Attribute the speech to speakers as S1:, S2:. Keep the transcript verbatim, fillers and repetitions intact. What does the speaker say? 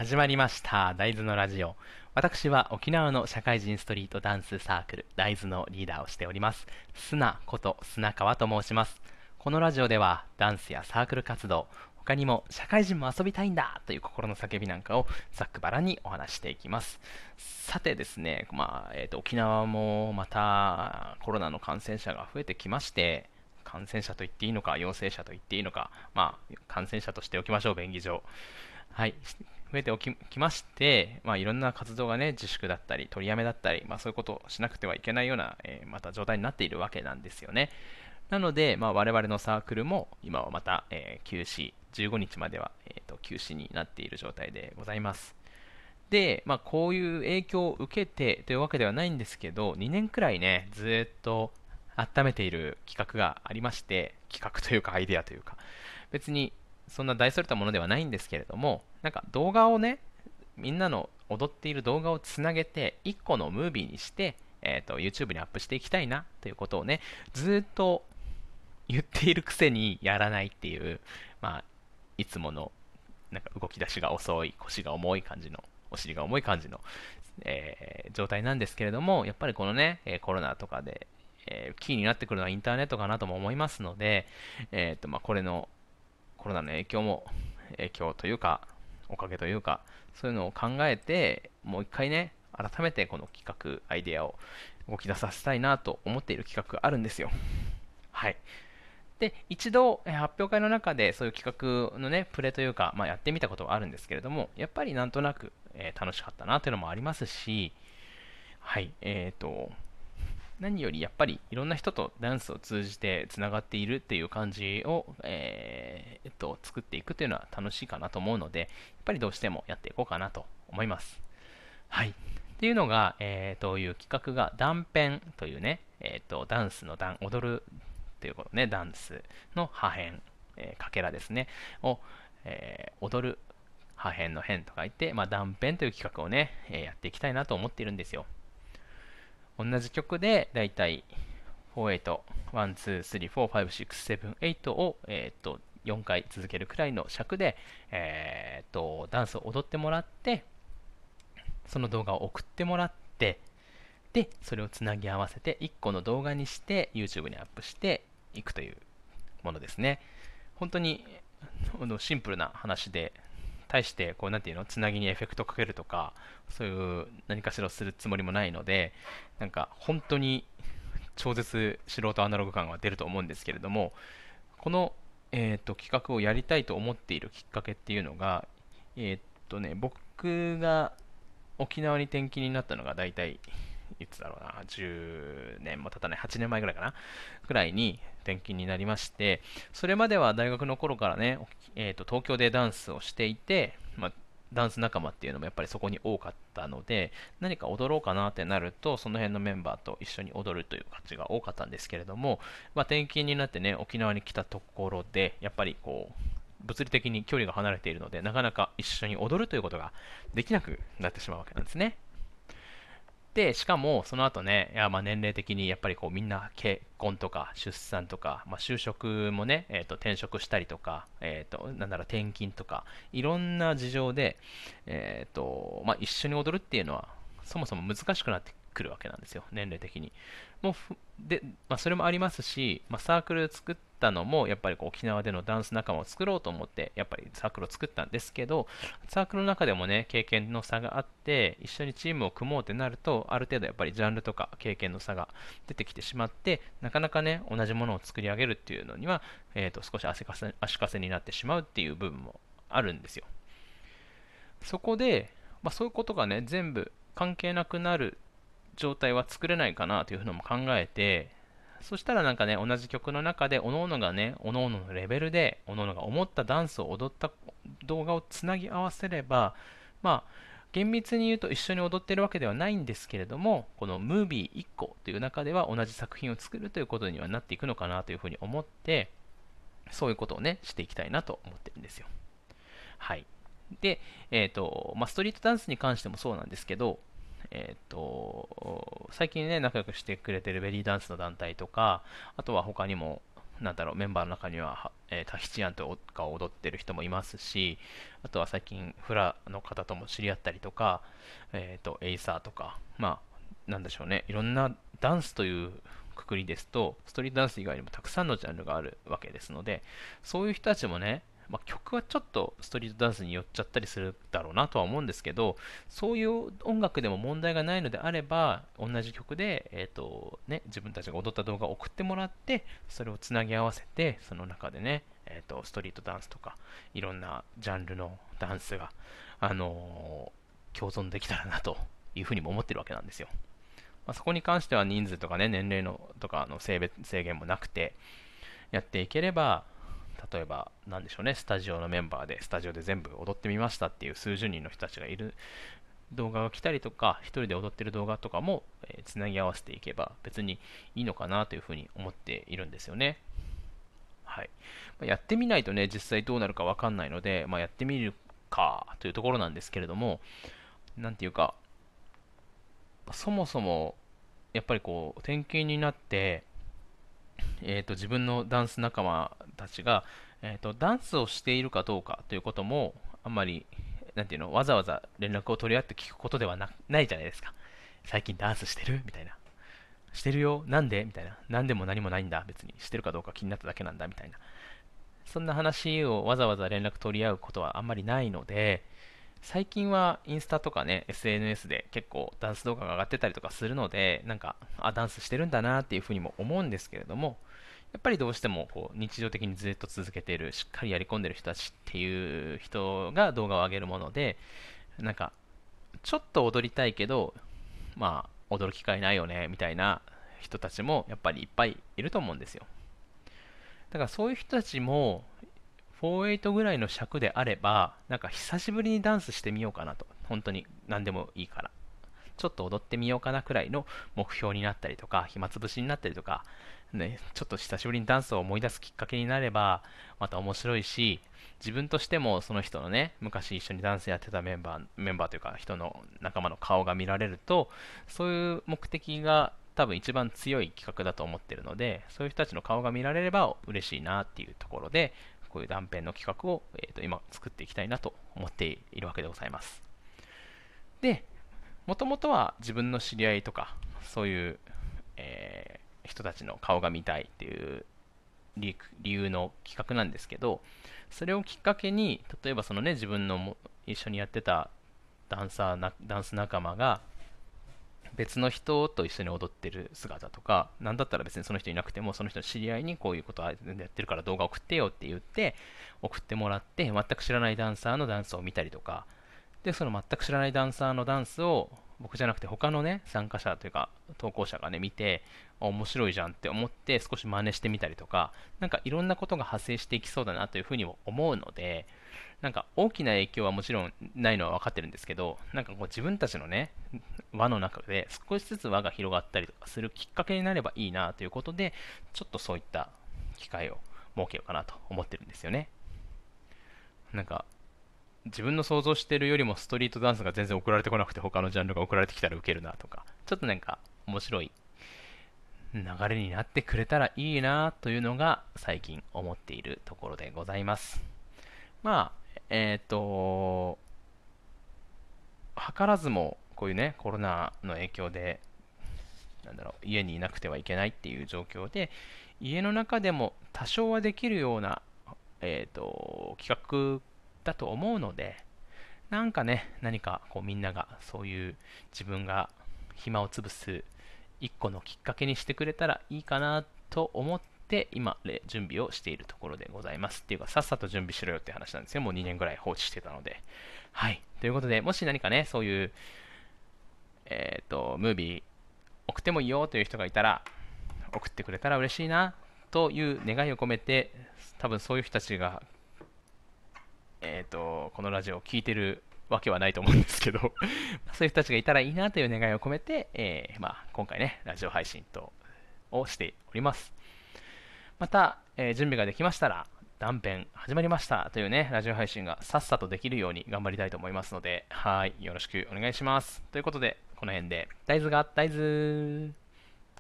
S1: 始まりました。大豆のラジオ。私は沖縄の社会人ストリートダンスサークル、大豆のリーダーをしております。砂こと砂川と申します。このラジオでは、ダンスやサークル活動、他にも社会人も遊びたいんだという心の叫びなんかをざっくばらんにお話していきます。さてですね、まあえーと沖縄もまたコロナの感染者が増えてきまして、感染者と言っていいのか、陽性者と言っていいのか、まあ、感染者としておきましょう、便宜上。はい、増えておききまして、まあ、いろんな活動がね、自粛だったり、取りやめだったり、まあ、そういうことをしなくてはいけないような、えーまた状態になっているわけなんですよね。なので、まあ、我々のサークルも今はまた、えー休止、じゅうごにちまでは、えーと休止になっている状態でございます。で、まあ、こういう影響を受けてというわけではないんですけど、にねんくらいね、ずーっと温めている企画がありまして、企画というかアイデアというか、別にそんな大それたものではないんですけれども、なんか動画をね、みんなの踊っている動画をつなげて、いっこのムービーにして、えーと、YouTube にアップしていきたいなということをね、ずーっと言っているくせにやらないっていう、まあ、いつものなんか動き出しが遅い、腰が重い感じの、お尻が重い感じの、えー状態なんですけれども、やっぱりこのね、えーコロナとかで、えーキーになってくるのはインターネットかなとも思いますので、えーとまあ、これのコロナの影響も、影響というか、おかげというか、そういうのを考えて、もう一回ね、改めてこの企画、アイデアを動き出させたいなと思っている企画があるんですよ。はい。で、一度、えー発表会の中でそういう企画のね、プレというか、まあ、やってみたことがあるんですけれども、やっぱりなんとなく、えー楽しかったなというのもありますし、はい、えーと、何よりやっぱりいろんな人とダンスを通じてつながっているっていう感じを、えーえっと、作っていくというのは楽しいかなと思うので、やっぱりどうしてもやっていこうかなと思います。はい。っていうのが、えー、という企画が、ダンペンというね、えー、とダンスのダン、踊るということね、ダンスの破片、えーかけらですね、を、えー踊る破片の片と書いて、まあ、断片という企画をね、えーやっていきたいなと思っているんですよ。同じ曲でだいたいよん、はち、いち、に、さん、よん、ご、ろく、なな、はちを、えー、とよんかい続けるくらいの尺で、えー、とダンスを踊ってもらって、その動画を送ってもらって、で、それをつなぎ合わせていっこの動画にして YouTube にアップしていくというものですね。本当にあのシンプルな話で、対してこうなんていうの、つなぎにエフェクトかけるとか、そういう何かしらをするつもりもないので、なんか本当に超絶素人アナログ感が出ると思うんですけれども、この、えー、と企画をやりたいと思っているきっかけっていうのが、えーっとね、僕が沖縄に転勤になったのが大体いつだろうな、じゅうねんも経たない、はちねんまえぐらいかな、ぐらいに転勤になりまして、それまでは大学の頃からね、えーと東京でダンスをしていて、まあ、ダンス仲間っていうのもやっぱりそこに多かったので、何か踊ろうかなってなると、その辺のメンバーと一緒に踊るという感じが多かったんですけれども、まあ、転勤になってね、沖縄に来たところで、やっぱりこう、物理的に距離が離れているので、なかなか一緒に踊るということができなくなってしまうわけなんですね。で、しかも、その後ね、いやまあ年齢的にやっぱりこうみんな結婚とか出産とか、まあ、就職もね、えーと転職したりとか、えーとなんなら転勤とか、いろんな事情で、えーとまあ、一緒に踊るっていうのは、そもそも難しくなってくるわけなんですよ、年齢的に。もうふで、まあ、それもありますし、まあ、サークル作ったのも、やっぱりこう沖縄でのダンス仲間を作ろうと思って、やっぱりサークルを作ったんですけど、サークルの中でもね、経験の差があって、一緒にチームを組もうってなると、ある程度やっぱりジャンルとか経験の差が出てきてしまって、なかなかね、同じものを作り上げるっていうのには、えー、と少し足かせ足かせになってしまうっていう部分もあるんですよ。そこで、まあ、そういうことがね、全部関係なくなる状態は作れないかなというのも考えて、そしたらなんかね、同じ曲の中で、各々がね、各々のレベルで、各々が思ったダンスを踊った動画をつなぎ合わせれば、まあ、厳密に言うと一緒に踊ってるわけではないんですけれども、このムービーいっこという中では同じ作品を作るということにはなっていくのかなというふうに思って、そういうことをね、していきたいなと思ってるんですよ。はい。で、えっ、と、まあ、ストリートダンスに関してもそうなんですけど、えっ、と、最近ね、仲良くしてくれてるベリーダンスの団体とか、あとは他にも、 なんだろう、メンバーの中には、はえータヒチアンとか踊ってる人もいますし、あとは最近フラの方とも知り合ったりとか、えーと、エイサーとか、まあ、なんでしょうね、いろんなダンスというくくりですと、ストリートダンス以外にもたくさんのジャンルがあるわけですので、そういう人たちもね、まあ、曲はちょっとストリートダンスに寄っちゃったりするだろうなとは思うんですけど、そういう音楽でも問題がないのであれば、同じ曲で、えーとね、自分たちが踊った動画を送ってもらって、それをつなぎ合わせて、その中でね、えーと、ストリートダンスとか、いろんなジャンルのダンスが、あのー共存できたらなというふうにも思ってるわけなんですよ。まあ、そこに関しては人数とかね、年齢のとかの性別制限もなくて、やっていければ、例えば、なんでしょうね、スタジオのメンバーで、スタジオで全部踊ってみましたっていう数十人の人たちがいる動画が来たりとか、一人で踊ってる動画とかも、えーつなぎ合わせていけば別にいいのかなというふうに思っているんですよね。はい。まあやってみないとね、実際どうなるかわかんないので、まあ、やってみるかというところなんですけれども、なんていうか、そもそも、やっぱりこう、典型になって、えーと、自分のダンス仲間たちが、えーと、ダンスをしているかどうかということも、あんまり、なんていうの、わざわざ連絡を取り合って聞くことではなないじゃないですか。最近ダンスしてるみたいな。してるよなんでみたいな。なんでも何もないんだ。別に。してるかどうか気になっただけなんだ。みたいな。そんな話をわざわざ連絡取り合うことはあんまりないので、最近はインスタとかね、エスエヌエス で結構ダンス動画が上がってたりとかするので、なんか、あ、ダンスしてるんだなっていうふうにも思うんですけれども、やっぱりどうしてもこう日常的にずっと続けている、しっかりやり込んでる人たちっていう人が動画を上げるもので、なんか、ちょっと踊りたいけど、まあ、踊る機会ないよね、みたいな人たちもやっぱりいっぱいいると思うんですよ。だからそういう人たちも、フォーエイトぐらいの尺であれば、なんか久しぶりにダンスしてみようかなと。本当に何でもいいから。ちょっと踊ってみようかなくらいの目標になったりとか、暇つぶしになったりとか、ね、ちょっと久しぶりにダンスを思い出すきっかけになれば、また面白いし、自分としてもその人のね、昔一緒にダンスやってたメンバー、メンバーというか人の仲間の顔が見られると、そういう目的が多分一番強い企画だと思ってるので、そういう人たちの顔が見られれば嬉しいなっていうところで、こういう断片の企画を、えー、と今作っていきたいなと思っているわけでございます。で、もともとは自分の知り合いとか、そういう、えー人たちの顔が見たいっていう理理由の企画なんですけど、それをきっかけに、例えばそのね、自分のも一緒にやってたダンサーな、ダンス仲間が、別の人と一緒に踊ってる姿とか、なんだったら別にその人いなくても、その人の知り合いにこういうことやってるから動画送ってよって言って、送ってもらって、全く知らないダンサーのダンスを見たりとか、で、その全く知らないダンサーのダンスを、僕じゃなくて他のね、参加者というか、投稿者がね、見て、あ面白いじゃんって思って少し真似してみたりとか、なんかいろんなことが派生していきそうだなというふうにも思うので、なんか大きな影響はもちろんないのは分かってるんですけど、なんかこう自分たちのね、輪の中で少しずつ輪が広がったりとかするきっかけになればいいなということで、ちょっとそういった機会を設けようかなと思ってるんですよね。なんか自分の想像してるよりもストリートダンスが全然送られてこなくて他のジャンルが送られてきたらウケるなとか、ちょっとなんか面白い流れになってくれたらいいなというのが最近思っているところでございます。まあ、えっ、と、図らずもこういうね、コロナの影響で、なんだろう、家にいなくてはいけないっていう状況で、家の中でも多少はできるような、えっ、と、企画だと思うので、なんかね、何かこうみんながそういう自分が暇を潰す一個のきっかけにしてくれたらいいかなと思って今準備をしているところでございます。っていうかさっさと準備しろよって話なんですよ。もうにねんぐらい放置してたので。はい。ということで、もし何かね、そういう、えっ、と、ムービー送ってもいいよという人がいたら、送ってくれたら嬉しいなという願いを込めて、多分そういう人たちがえーと、このラジオを聴いてるわけはないと思うんですけどそういう人たちがいたらいいなという願いを込めて、えーまあ、今回ね、ラジオ配信とをしております。また、えー準備ができましたら、断片始まりましたというね、ラジオ配信がさっさとできるように頑張りたいと思いますので、はい、よろしくお願いします。ということで、この辺で、大豆が大豆